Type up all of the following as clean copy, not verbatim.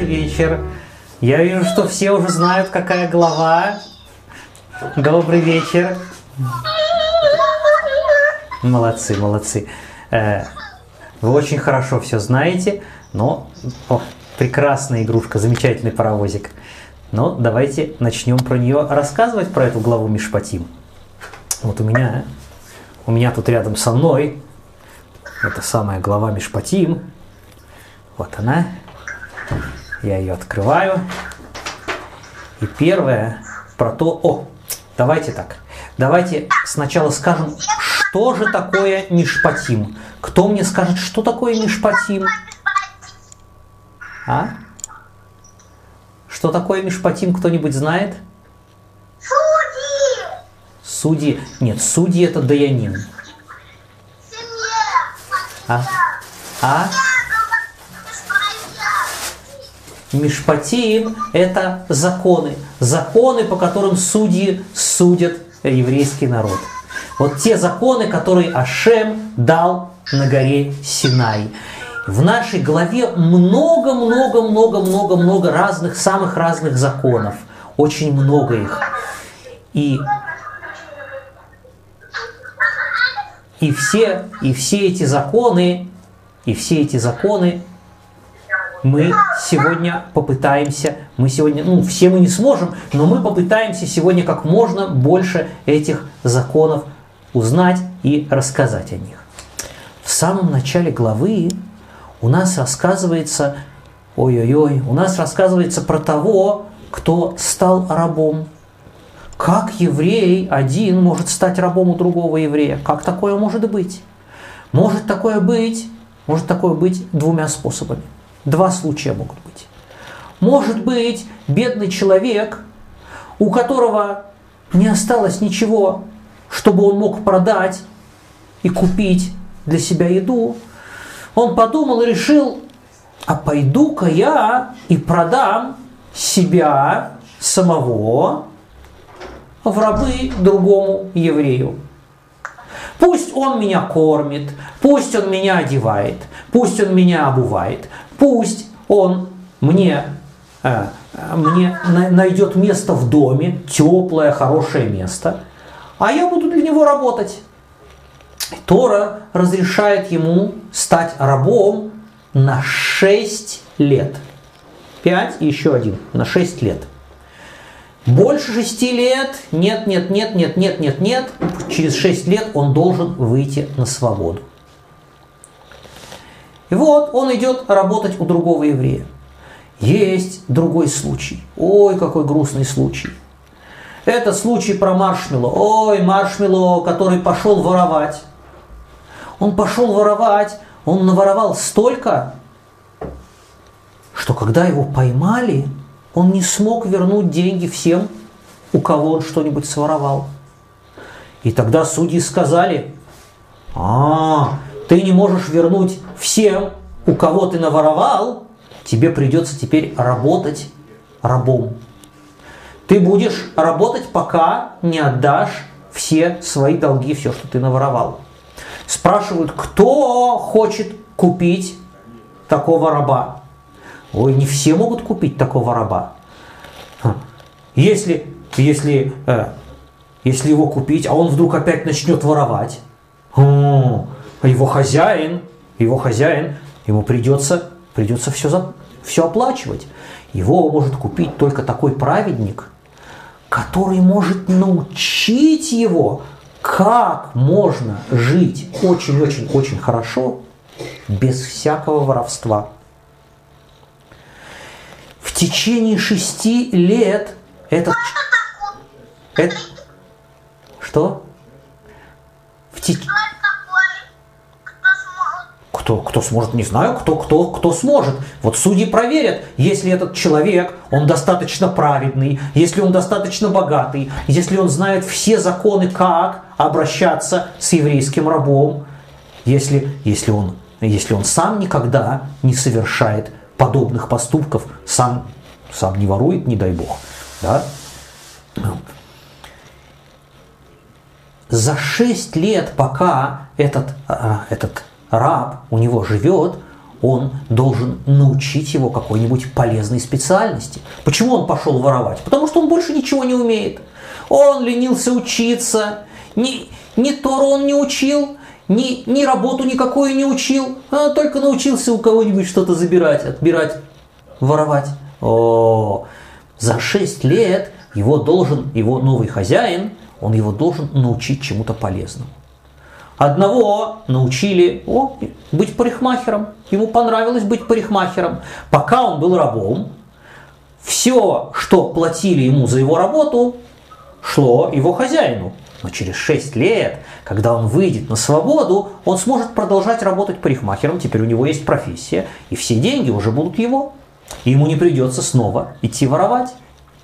Добрый вечер. Я вижу, что все уже знают, какая глава. Добрый вечер. Молодцы, молодцы. Вы очень хорошо все знаете, но... прекрасная игрушка, замечательный паровозик. Но давайте начнем про нее рассказывать, про эту главу Мишпатим. Вот у меня тут рядом со мной эта самая глава Мишпатим. Вот она. Я ее открываю. И первое про то... давайте так. Давайте сначала скажем, что же такое Мишпатим. Кто мне скажет, что такое Мишпатим? А? Что такое Мишпатим, кто-нибудь знает? Судьи! Судьи. Нет, судьи это даянин. А? Мишпатим это законы. Законы, по которым судьи судят еврейский народ. Вот те законы, которые Ашем дал на горе Синай. В нашей главе много разных, самых разных законов. Очень много их. И все эти законы мы сегодня попытаемся, все мы не сможем, но мы попытаемся сегодня как можно больше этих законов узнать и рассказать о них. В самом начале главы у нас рассказывается про того, кто стал рабом. Как еврей один может стать рабом у другого еврея? Как такое может быть? Может такое быть двумя способами. Два случая могут быть. Может быть, бедный человек, у которого не осталось ничего, чтобы он мог продать и купить для себя еду, он подумал и решил, а пойду-ка я и продам себя самого в рабы другому еврею. Пусть он меня кормит, пусть он меня одевает, пусть он меня обувает, пусть он мне найдет место в доме, теплое, хорошее место, а я буду для него работать. Тора разрешает ему стать рабом на 6 лет. 5 и еще 1. На 6 лет. Больше 6 лет. Нет. Через 6 лет он должен выйти на свободу. И вот он идет работать у другого еврея. Есть другой случай. Ой, какой грустный случай. Это случай про Маршмелло. Ой, Маршмелло, который пошел воровать. Он пошел воровать, он наворовал столько, что когда его поймали, он не смог вернуть деньги всем, у кого он что-нибудь своровал. И тогда судьи сказали, ты не можешь вернуть всем, у кого ты наворовал, тебе придется теперь работать рабом. Ты будешь работать, пока не отдашь все свои долги, все, что ты наворовал. Спрашивают, кто хочет купить такого раба? Ой, не все могут купить такого раба. Если его купить, а он вдруг опять начнет воровать, его хозяин, ему придется все оплачивать. Его может купить только такой праведник, который может научить его, как можно жить очень хорошо без всякого воровства. В течение 6 лет Что? Кто сможет, не знаю, кто сможет. Вот судьи проверят, если этот человек, он достаточно праведный, если он достаточно богатый, если он знает все законы, как обращаться с еврейским рабом, если он сам никогда не совершает подобных поступков, сам не ворует, не дай бог. Да? За 6 лет, пока этот раб у него живет, он должен научить его какой-нибудь полезной специальности. Почему он пошел воровать? Потому что он больше ничего не умеет. Он ленился учиться, ни Тору он не учил, ни работу никакую не учил, а только научился у кого-нибудь что-то забирать, отбирать, воровать. За 6 лет его новый хозяин, он его должен научить чему-то полезному. Одного научили быть парикмахером. Ему понравилось быть парикмахером. Пока он был рабом, все, что платили ему за его работу, шло его хозяину. Но через 6 лет, когда он выйдет на свободу, он сможет продолжать работать парикмахером. Теперь у него есть профессия, и все деньги уже будут его. И ему не придется снова идти воровать.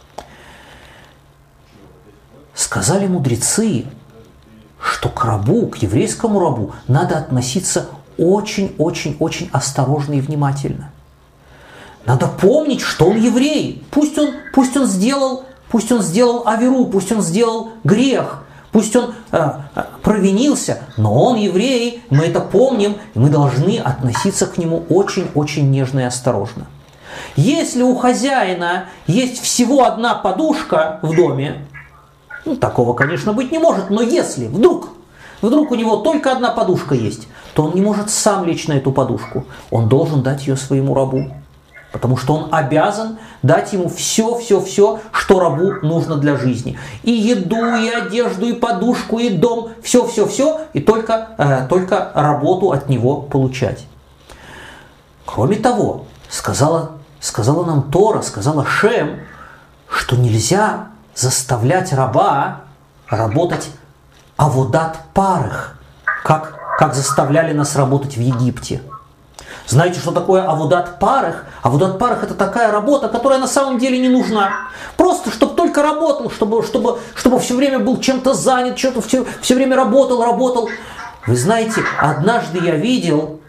Сказали мудрецы, что к рабу, к еврейскому рабу, надо относиться очень-очень-очень осторожно и внимательно. Надо помнить, что он еврей. Пусть он сделал авиру, пусть он сделал грех, пусть он провинился, но он еврей, мы это помним, и мы должны относиться к нему очень-очень нежно и осторожно. Если у хозяина есть всего одна подушка в доме, такого, конечно, быть не может, но если вдруг у него только одна подушка есть, то он не может сам лечь на эту подушку. Он должен дать ее своему рабу. Потому что он обязан дать ему все, что рабу нужно для жизни. И еду, и одежду, и подушку, и дом, все, и только работу от него получать. Кроме того, сказала нам Тора, сказала Шем, что нельзя заставлять раба работать аводат парых, как заставляли нас работать в Египте. Знаете, что такое аводат парых? Аводат парых — это такая работа, которая на самом деле не нужна. Просто, чтобы только работал, чтобы все время был чем-то занят, что-то все время работал. Вы знаете, однажды я видел,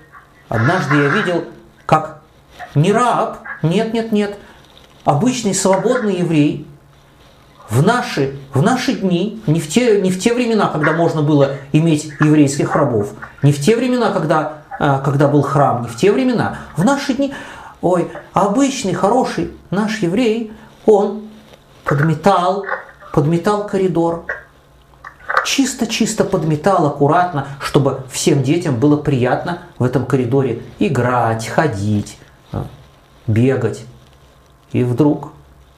как не раб, нет, обычный свободный еврей в наши дни, не в те времена, когда можно было иметь еврейских рабов, не в те времена, когда был храм, не в те времена, в наши дни, обычный, хороший наш еврей, он подметал коридор, чисто подметал аккуратно, чтобы всем детям было приятно в этом коридоре играть, ходить, бегать. И вдруг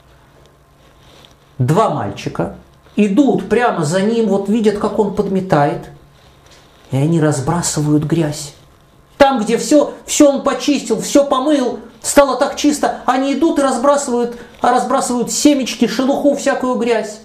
2 мальчика идут прямо за ним, видят, как он подметает, и они разбрасывают грязь. Там, где все он почистил, все помыл, стало так чисто, они идут и разбрасывают семечки, шелуху, всякую грязь.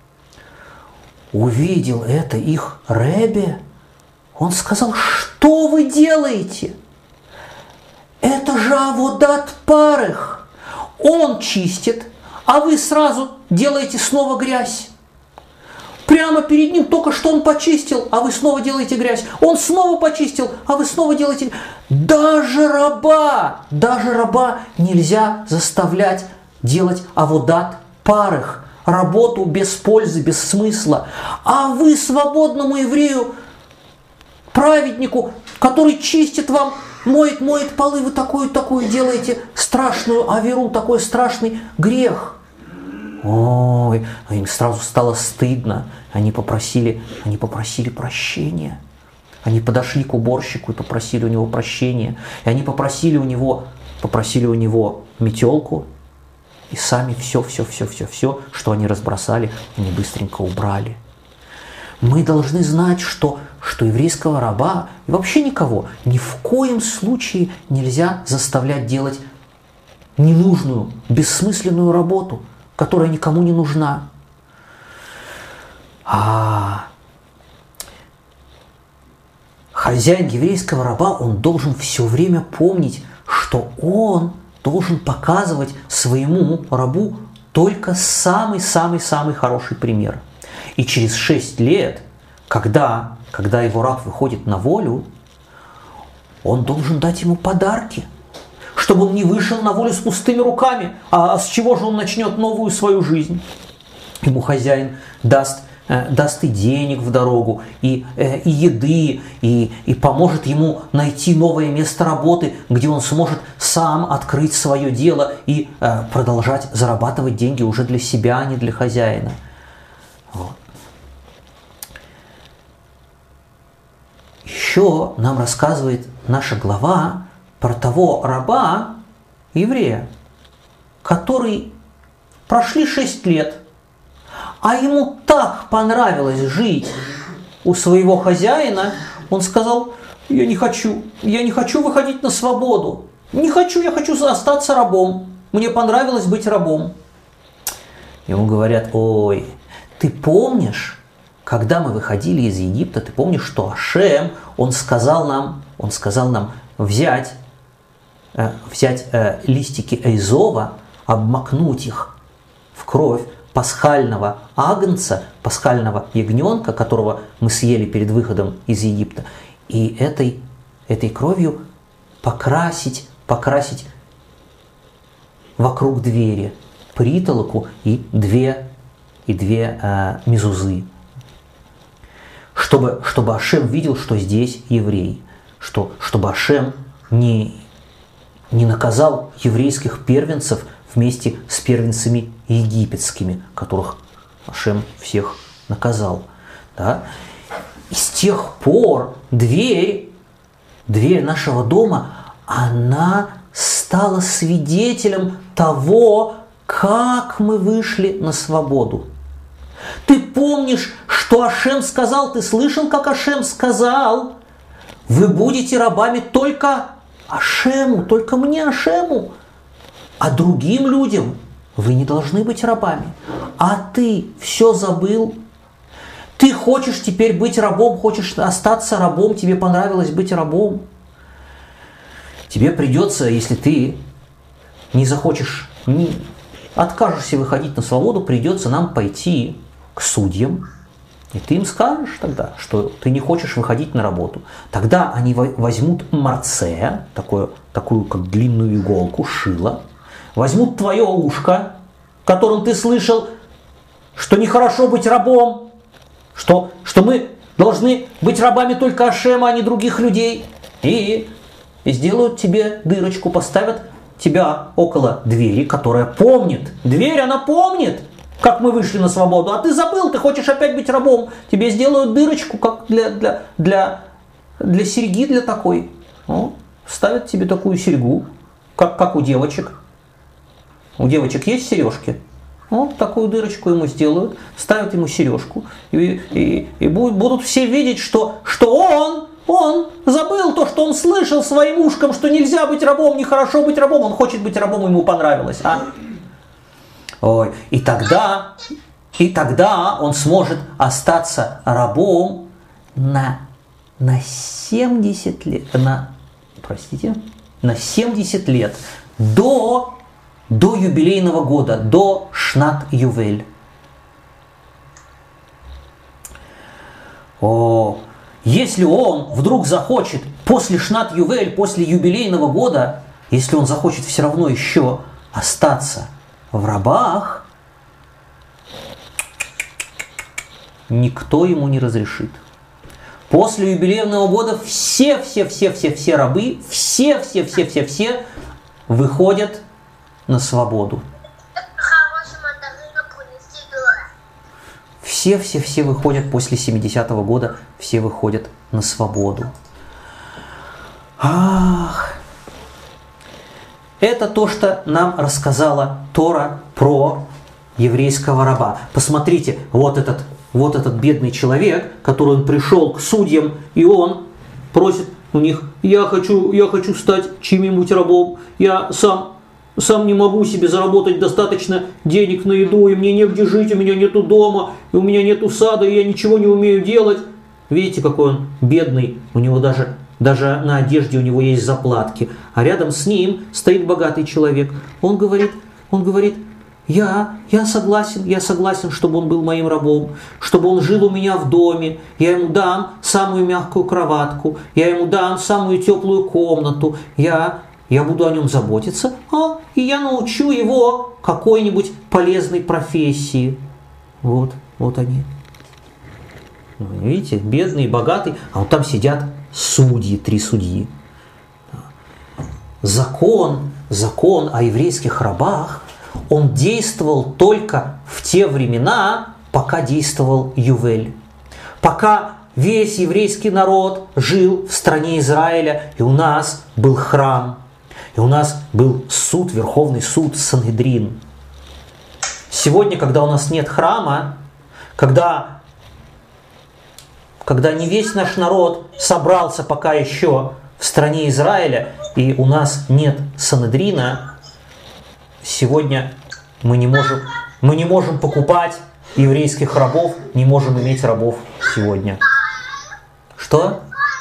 Увидел это их Ребе, он сказал: что вы делаете? Это же аводат парых. Он чистит, а вы сразу делаете снова грязь. Прямо перед ним только что он почистил, а вы снова делаете грязь. Он снова почистил, а вы снова делаете грязь. Даже раба нельзя заставлять делать аводат парых, работу без пользы, без смысла. А вы свободному еврею, праведнику, который чистит вам, моет полы, вы такую делаете страшную аверу, такой страшный грех. Им сразу стало стыдно. Они попросили прощения. Они подошли к уборщику и попросили у него прощения. И они попросили у него метелку. И сами все, что они разбросали, они быстренько убрали. Мы должны знать, что еврейского раба и вообще никого ни в коем случае нельзя заставлять делать ненужную, бессмысленную работу, которая никому не нужна. Хозяин еврейского раба, он должен все время помнить, что он должен показывать своему рабу только самый-самый-самый хороший пример. И через 6 лет, когда его раб выходит на волю, он должен дать ему подарки, чтобы он не вышел на волю с пустыми руками. А с чего же он начнет новую свою жизнь? Ему хозяин даст даст и денег в дорогу, и еды, и поможет ему найти новое место работы, где он сможет сам открыть свое дело и продолжать зарабатывать деньги уже для себя, а не для хозяина. Вот. Еще нам рассказывает наша глава про того раба, еврея, который прошли 6 лет, а ему так понравилось жить у своего хозяина, он сказал: я не хочу выходить на свободу, я хочу остаться рабом, мне понравилось быть рабом. Ему говорят: ой, ты помнишь, когда мы выходили из Египта, ты помнишь, что Ашем, он сказал нам взять листики эйзова, обмакнуть их в кровь пасхального агнца, пасхального ягненка, которого мы съели перед выходом из Египта, и этой кровью покрасить вокруг двери притолоку и две мезузы, чтобы Ашем видел, что здесь еврей, чтобы Ашем не наказал еврейских первенцев вместе с первенцами египетскими, которых Ашем всех наказал. Да? И с тех пор дверь нашего дома, она стала свидетелем того, как мы вышли на свободу. Ты помнишь, что Ашем сказал, ты слышал, как Ашем сказал: вы будете рабами только Ашему, только мне, Ашему, а другим людям вы не должны быть рабами. А ты все забыл? Ты хочешь теперь быть рабом, хочешь остаться рабом, тебе понравилось быть рабом? Тебе придется, если ты не захочешь, откажешься выходить на свободу, придется нам пойти к судьям, и ты им скажешь тогда, что ты не хочешь выходить на работу. Тогда они возьмут марце, такую как длинную иголку, шило, возьмут твое ушко, которым ты слышал, что нехорошо быть рабом, что мы должны быть рабами только Ашема, а не других людей, и сделают тебе дырочку, поставят тебя около двери, которая помнит. Дверь, она помнит, как мы вышли на свободу, а ты забыл, ты хочешь опять быть рабом. Тебе сделают дырочку, как для серьги, для такой. Ставят тебе такую серьгу, как у девочек. У девочек есть сережки? Такую дырочку ему сделают, ставят ему сережку, и будут все видеть, что он забыл то, что он слышал своим ушком, что нельзя быть рабом, нехорошо быть рабом, он хочет быть рабом, ему понравилось. Ой, и тогда он сможет остаться рабом на 70 лет, на 70 лет до юбилейного года, до Шнат Ювель. Если он вдруг захочет после Шнат Ювель, после юбилейного года, если он захочет все равно еще остаться в рабах, никто ему не разрешит. После юбилейного года все рабы, все выходят на свободу. Все выходят после 70-го года, все выходят на свободу. Это то, что нам рассказала Тора про еврейского раба. Посмотрите, вот этот бедный человек, который он пришел к судьям, и он просит у них: я хочу стать чьим-нибудь рабом, я сам не могу себе заработать достаточно денег на еду, и мне негде жить, у меня нету дома, и у меня нету сада, и я ничего не умею делать. Видите, какой он бедный, у него даже на одежде у него есть заплатки, а рядом с ним стоит богатый человек. Он говорит, я согласен, чтобы он был моим рабом, чтобы он жил у меня в доме, я ему дам самую мягкую кроватку, я ему дам самую теплую комнату, я буду о нем заботиться, и я научу его какой-нибудь полезной профессии. Вот они. Видите, бедный, богатый, а вот там сидят судьи, 3 судьи. Закон о еврейских рабах, он действовал только в те времена, пока действовал Ювель. Пока весь еврейский народ жил в стране Израиля, и у нас был храм, и у нас был суд, Верховный суд, Сангедрин. Сегодня, когда у нас нет храма, когда не весь наш народ собрался пока еще в стране Израиля, и у нас нет Сангедрина, сегодня мы не можем покупать еврейских рабов, не можем иметь рабов сегодня. Что?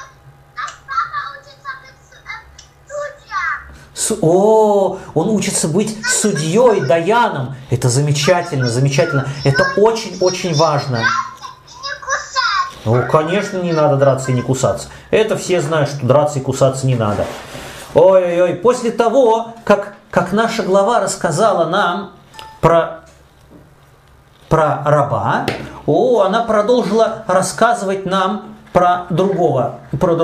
Он учится быть судьей, даяном. Это замечательно, замечательно. Это очень-очень важно. Ну, конечно, не надо драться и не кусаться. Это все знают, что драться и кусаться не надо. Ой-ой-ой, после того, как наша глава рассказала нам про раба, она продолжила рассказывать нам про другого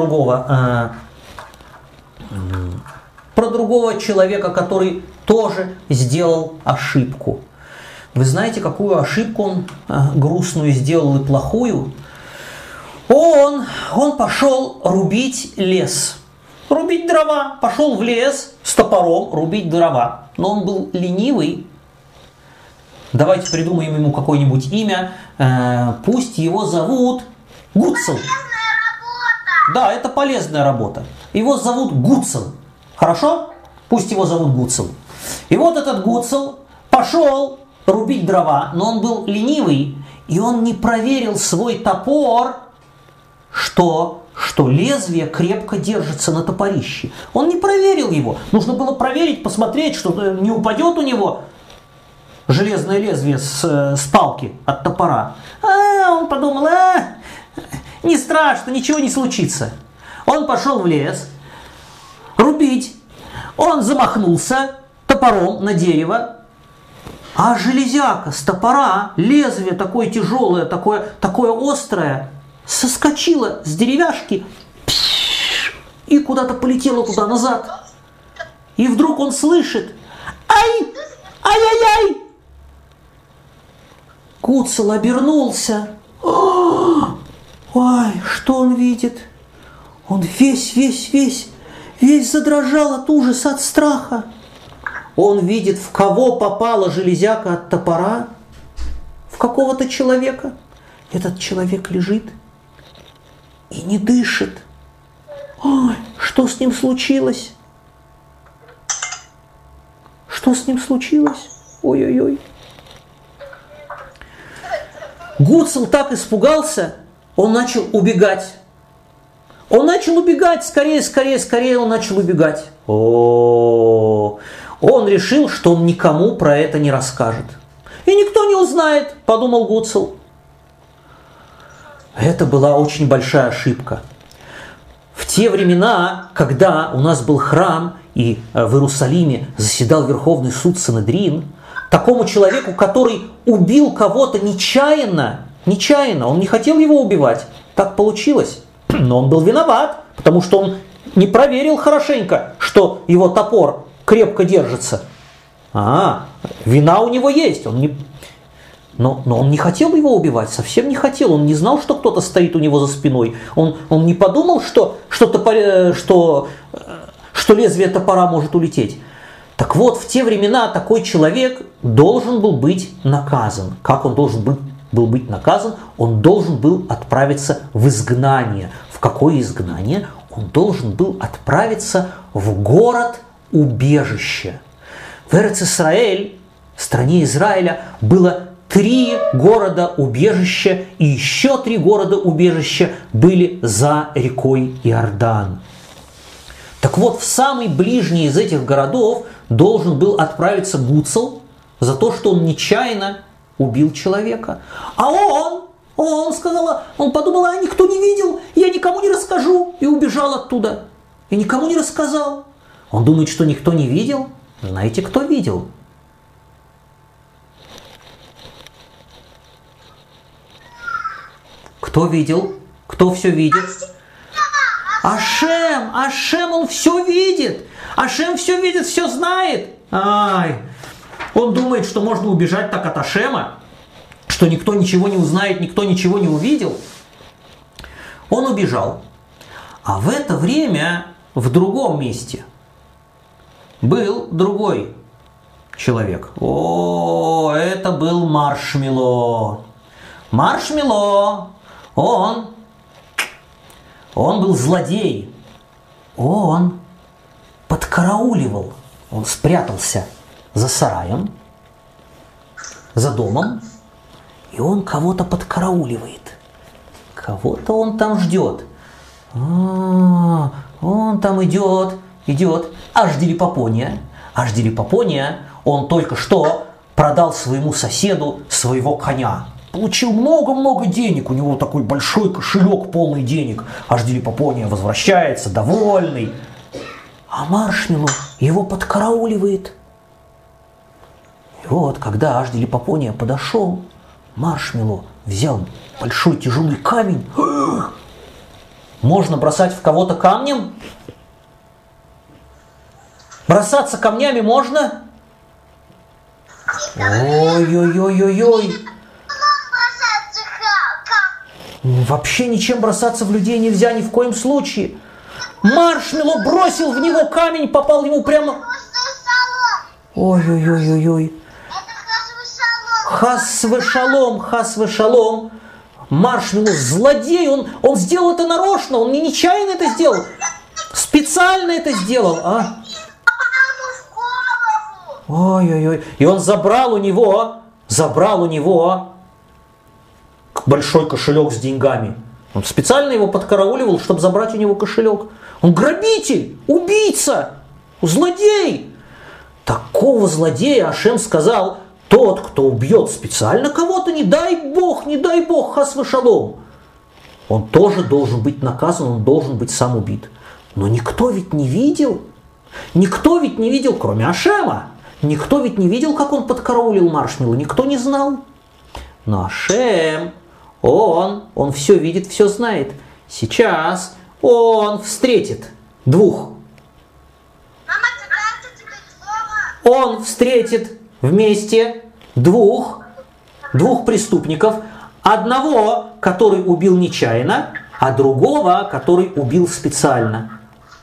человека, который тоже сделал ошибку. Вы знаете, какую ошибку он грустную сделал и плохую? Он пошел рубить лес, рубить дрова. Пошел в лес с топором рубить дрова. Но он был ленивый. Давайте придумаем ему какое-нибудь имя. Пусть его зовут Гуцел. Да, это полезная работа. Его зовут Гуцел. Хорошо? Пусть его зовут Гуцел. И вот этот Гуцел пошел рубить дрова, но он был ленивый, и он не проверил свой топор, что лезвие крепко держится на топорище. Он не проверил его. Нужно было проверить, посмотреть, что не упадет у него железное лезвие с палки от топора. Он подумал, не страшно, ничего не случится. Он пошел в лес рубить. Он замахнулся топором на дерево, а железяка с топора, лезвие такое тяжелое, такое острое, соскочила с деревяшки и куда-то полетела туда назад. И вдруг он слышит: ай-яй-яй! Гуцел обернулся. Ой, что он видит? Он весь задрожал от ужаса, от страха. Он видит, в кого попала железяка от топора, в какого-то человека. Этот человек лежит и не дышит. Ой, что с ним случилось? Что с ним случилось? Ой-ой-ой. Гуцел так испугался, он начал убегать. Он начал убегать, скорее он начал убегать. Он решил, что он никому про это не расскажет. И никто не узнает, подумал Гуцел. Это была очень большая ошибка. В те времена, когда у нас был храм и в Иерусалиме заседал Верховный суд Синедрин, такому человеку, который убил кого-то нечаянно, он не хотел его убивать, так получилось. Но он был виноват, потому что он не проверил хорошенько, что его топор крепко держится. Вина у него есть. Но он не хотел его убивать, совсем не хотел. Он не знал, что кто-то стоит у него за спиной. Он не подумал, что лезвие топора может улететь. Так вот, в те времена такой человек должен был быть наказан. Как он должен был быть наказан? Он должен был отправиться в изгнание. В какое изгнание? Он должен был отправиться в город-убежище. В Эрец-Исраэль, в стране Израиля, было 3 города-убежища, и еще 3 города-убежища были за рекой Иордан. Так вот, в самый ближний из этих городов должен был отправиться Гуцел за то, что он нечаянно убил человека. А он подумал, никто не видел, я никому не расскажу, и убежал оттуда. И никому не рассказал. Он думает, что никто не видел. Знаете, кто видел? Кто видел? Кто все видит? Ашем, он все видит. Ашем все видит, все знает. Ай, он думает, что можно убежать так от Ашема, что никто ничего не узнает, никто ничего не увидел. Он убежал. А в это время в другом месте был другой человек. О, это был Маршмеллоу. Маршмеллоу, он был злодей. Он подкарауливал. Он спрятался за сараем, за домом, и он кого-то подкарауливает. Кого-то он там ждет. Он там идет. Аждилипопония, он только что продал своему соседу своего коня. Получил много-много денег, у него такой большой кошелек полный денег. Аждилипопония возвращается, довольный. А Маршмеллоу его подкарауливает. И вот, когда Аждилипопония подошел, Маршмеллоу взял большой тяжелый камень. Можно бросать в кого-то камнем? Бросаться камнями можно? Ой-ой-ой-ой-ой. Вообще ничем бросаться в людей нельзя ни в коем случае. Маршмеллоу бросил в него камень, попал ему прямо... Ой-ой-ой-ой-ой. Хас-ве-шалом. Маршмеллоу злодей, он сделал это нарочно, он не нечаянно это сделал. Специально это сделал, а? Ой-ой-ой. И он забрал у него большой кошелек с деньгами. Он специально его подкарауливал, чтобы забрать у него кошелек. Он грабитель, убийца, злодей. Такого злодея Ашем сказал: тот, кто убьет специально кого-то, не дай бог, хас-ве-шалом, он тоже должен быть наказан, он должен быть сам убит. Но никто ведь не видел, кроме Ашема. Никто ведь не видел, как он подкараулил Маршмеллоу, никто не знал. Но Ашем, он все видит, все знает. Сейчас он встретит двух. Он встретит вместе двух преступников. Одного, который убил нечаянно, а другого, который убил специально.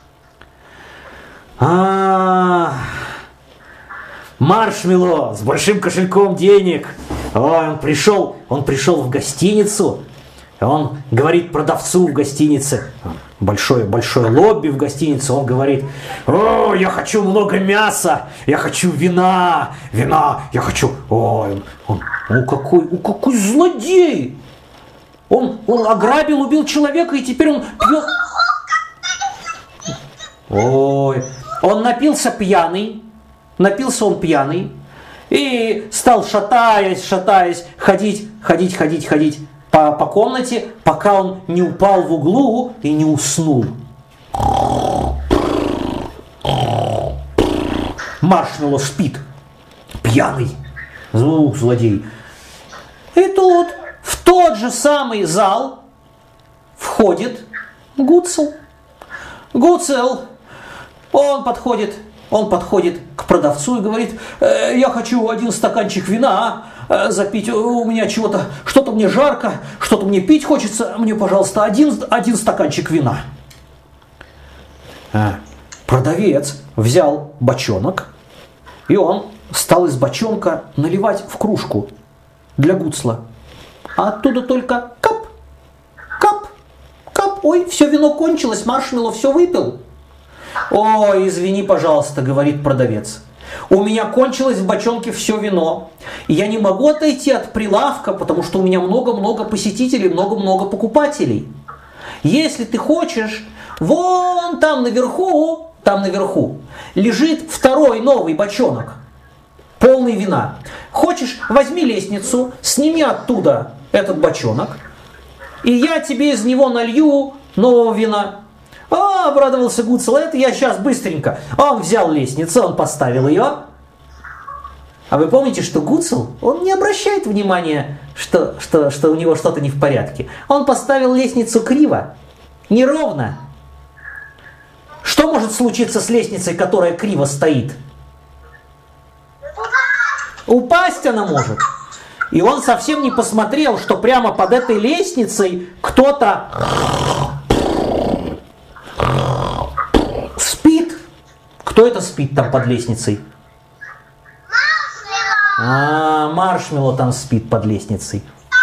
Маршмеллоу с большим кошельком денег. Он пришел в гостиницу. Он говорит продавцу в гостинице, большое лобби в гостинице, он говорит: о, я хочу много мяса, я хочу вина, я хочу... Ой, какой злодей! Он ограбил, убил человека, и теперь он пьет... Ой, он напился он пьяный, и стал, шатаясь, ходить по комнате, пока он не упал в углу и не уснул. Маршмеллоу спит, пьяный, злодей. И тут в тот же самый зал входит Гуцел. Он подходит к продавцу и говорит: я хочу 1 стаканчик вина запить, у меня что-то мне жарко, что-то мне пить хочется, мне, пожалуйста, один стаканчик вина. Продавец взял бочонок, и он стал из бочонка наливать в кружку для Гуцла. А оттуда только кап, ой, все вино кончилось, Маршмеллоу все выпил. Ой, извини, пожалуйста, говорит продавец. У меня кончилось в бочонке все вино. И я не могу отойти от прилавка, потому что у меня много-много посетителей, много-много покупателей. Если ты хочешь, вон там наверху лежит второй новый бочонок, полный вина. Хочешь, возьми лестницу, сними оттуда этот бочонок, и я тебе из него налью нового вина. Обрадовался Гуцел, это я сейчас быстренько. Он взял лестницу, он поставил ее. А вы помните, что Гуцул, он не обращает внимания, что у него что-то не в порядке. Он поставил лестницу криво, неровно. Что может случиться с лестницей, которая криво стоит? Упасть она может. И он совсем не посмотрел, что прямо под этой лестницей кто-то спит. Кто это спит там под лестницей? Маршмеллоу там спит под лестницей.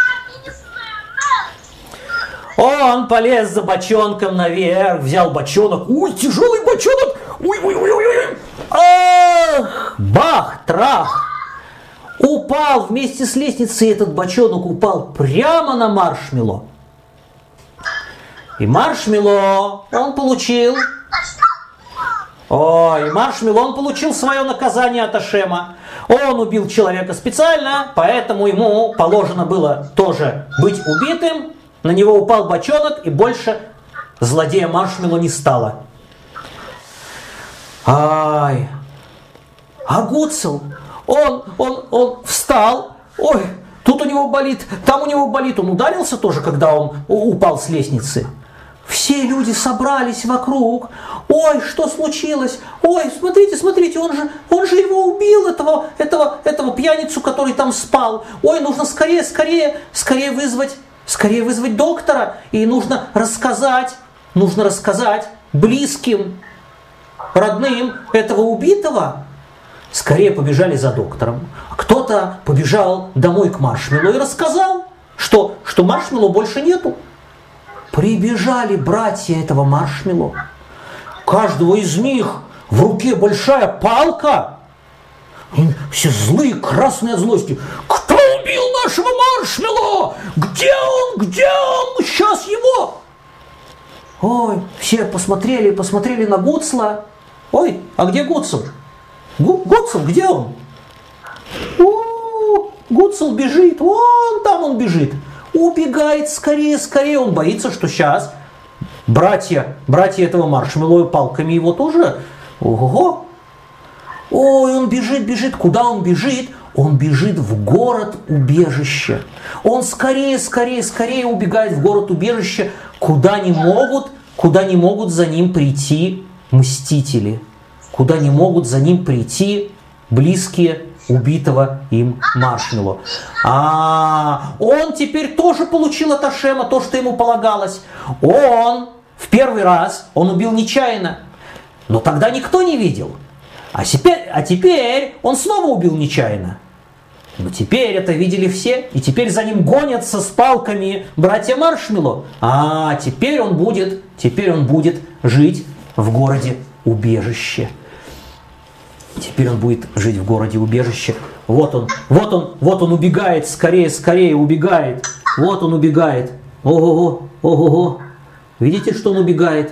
Он полез за бочонком наверх, взял бочонок. Ой, тяжелый бочонок! Ой. Ах! Бах, трах! Упал вместе с лестницей, этот бочонок упал прямо на Маршмеллоу. И Маршмеллоу, он получил... Маршмеллоу, он получил свое наказание от Ашема. Он убил человека специально, поэтому ему положено было тоже быть убитым. На него упал бочонок, и больше злодея Маршмеллоу не стало. А Гуцул, он встал, тут у него болит, там у него болит. Он ударился тоже, когда он упал с лестницы. Все люди собрались вокруг. Ой, что случилось? Ой, смотрите, он же его убил, этого пьяницу, который там спал. Ой, нужно скорее вызвать доктора. И нужно рассказать близким, родным этого убитого. Скорее побежали за доктором. Кто-то побежал домой к Маршмеллоу и рассказал, что Маршмеллоу больше нету. Прибежали братья этого Маршмеллоу. У каждого из них в руке большая палка. Все злые, красные от злости. Кто убил нашего Маршмеллоу? Где он? Сейчас его. Все посмотрели на Гуцла. А где Гуцул? Гуцул, где он? Гуцул бежит, вон там он бежит. Убегает скорее. Он боится, что сейчас братья этого Маршмеллоу палками его тоже. Ого! Он бежит. Куда он бежит? Он бежит в город-убежище. Он скорее убегает в город-убежище, куда не могут за ним прийти мстители. Куда не могут за ним прийти близкие убитого им Маршмеллоу. Он теперь тоже получил от Ашема то, что ему полагалось. Он в первый раз убил нечаянно, но тогда никто не видел. А теперь он снова убил нечаянно. Но теперь это видели все, и теперь за ним гонятся с палками братья Маршмеллоу. Теперь он будет жить в городе-убежище. Теперь он будет жить в городе-убежище. Вот он убегает, скорее убегает. Вот он убегает. Ого. Видите, что он убегает?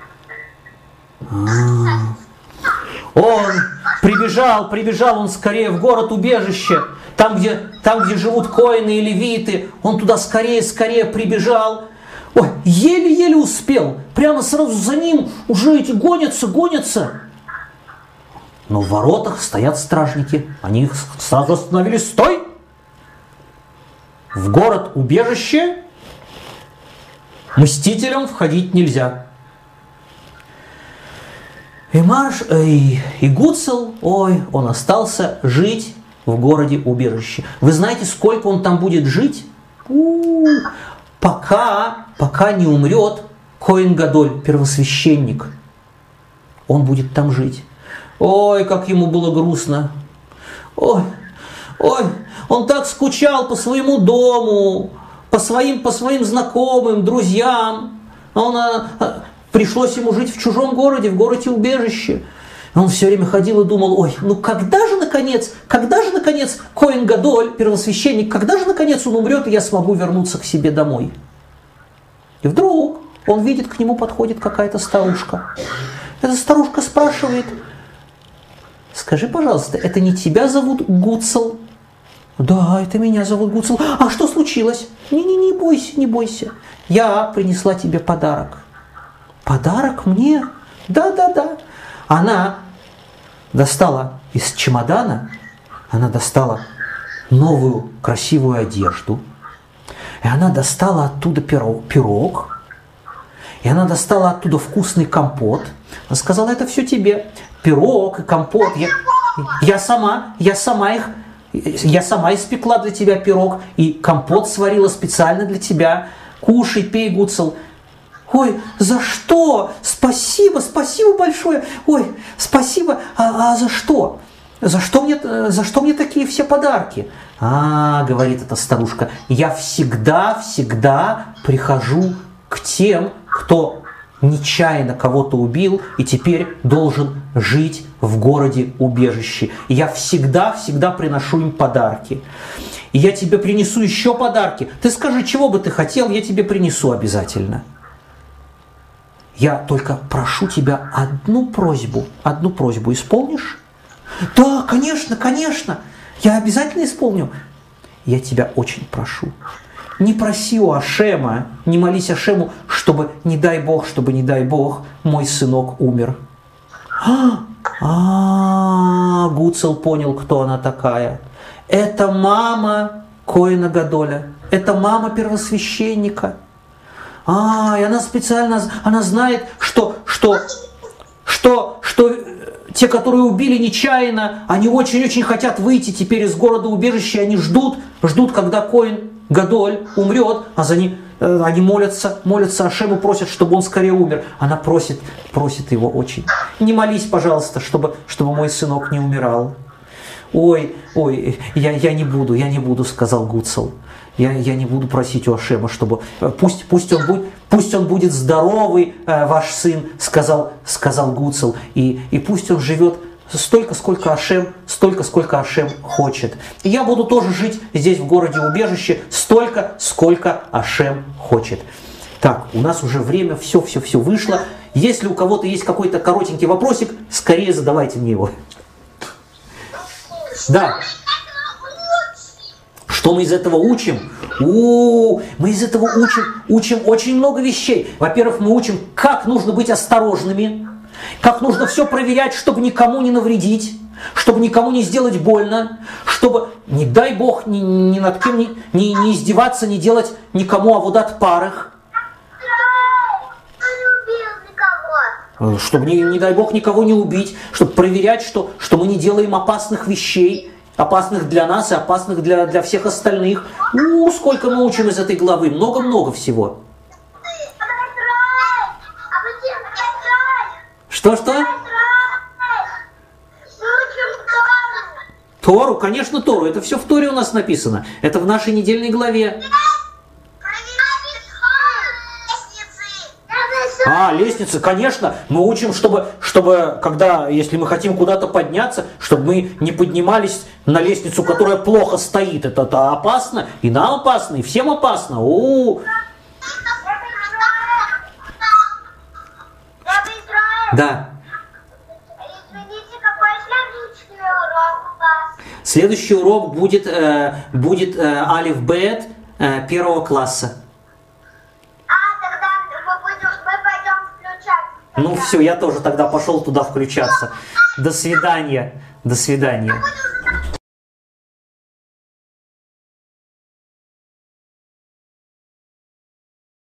Он прибежал он скорее в город-убежище. Там, где живут коины и левиты. Он туда скорее прибежал. Еле успел. Прямо сразу за ним уже эти гонятся. Но в воротах стоят стражники. Они их сразу остановили. Стой! В город-убежище мстителям входить нельзя. И Гуцул, он остался жить в городе-убежище. Вы знаете, сколько он там будет жить? Пока не умрет Коэн Гадоль, первосвященник. Он будет там жить. Как ему было грустно. Он так скучал по своему дому, по своим знакомым, друзьям. Пришлось ему жить в чужом городе, в городе-убежище. Он все время ходил и думал, когда же наконец Коэн Гадоль, первосвященник, когда же наконец он умрет, и я смогу вернуться к себе домой? И вдруг он видит, к нему подходит какая-то старушка. Эта старушка спрашивает: скажи, пожалуйста, это не тебя зовут Гуцул? Да, это меня зовут Гуцул. А что случилось? Не бойся. Я принесла тебе подарок. Подарок мне? Да. Она достала из чемодана она достала новую красивую одежду, и она достала оттуда пирог, и она достала оттуда вкусный компот. Она сказала: это все тебе, пирог и компот. Я сама испекла для тебя пирог, и компот сварила специально для тебя. Кушай, пей, Гуцел. Ой, за что? Спасибо большое. Ой, спасибо. А за что? За что мне такие все подарки? Говорит эта старушка, я всегда прихожу к тем, кто нечаянно кого-то убил и теперь должен жить в городе-убежище. Я всегда приношу им подарки. И я тебе принесу еще подарки. Ты скажи, чего бы ты хотел, я тебе принесу обязательно. Я только прошу тебя одну просьбу исполнишь? Да, конечно, я обязательно исполню. Я тебя очень прошу, не проси у Ашема, не молись Ашему, чтобы, не дай Бог, мой сынок умер. Гуцел понял, кто она такая. Это мама Коэна Гадоля, это мама первосвященника. И она специально, она знает, что те, которые убили нечаянно, они очень-очень хотят выйти теперь из города-убежища, они ждут, когда Коэн Гадоль умрет, они молятся Ашему, просят, чтобы он скорее умер. Она просит его очень. Не молись, пожалуйста, чтобы мой сынок не умирал. Ой, я не буду, сказал Гуцел. Я не буду просить у Ашема, чтобы... Пусть он будет здоровый, ваш сын, сказал Гуцел. И пусть он живет столько, сколько Ашем хочет. И я буду тоже жить здесь, в городе-убежище, столько, сколько Ашем хочет. Так, у нас уже время, все вышло. Если у кого-то есть какой-то коротенький вопросик, скорее задавайте мне его. Да. Что мы из этого учим? Мы из этого учим очень много вещей. Во-первых, мы учим, как нужно быть осторожными, как нужно все проверять, чтобы никому не навредить, чтобы никому не сделать больно, чтобы, не дай Бог, ни над кем не издеваться, не делать никому аводат парах. Чтобы, не дай Бог, никого не убить, чтобы проверять, что мы не делаем опасных вещей, опасных для нас и опасных для всех остальных. Сколько мы учим из этой главы, много-много всего. Что? Тору, конечно, Тору. Это все в Торе у нас написано. Это в нашей недельной главе. Лестницы, конечно. Мы учим, чтобы если мы хотим куда-то подняться, чтобы мы не поднимались на лестницу, которая плохо стоит. Это опасно. И нам опасно, и всем опасно. Да. Извините, какой следующий урок у вас? Следующий урок будет Алиф Бет 1 класса. Тогда мы пойдем включаться. Все, я тоже тогда пошел туда включаться. До свидания.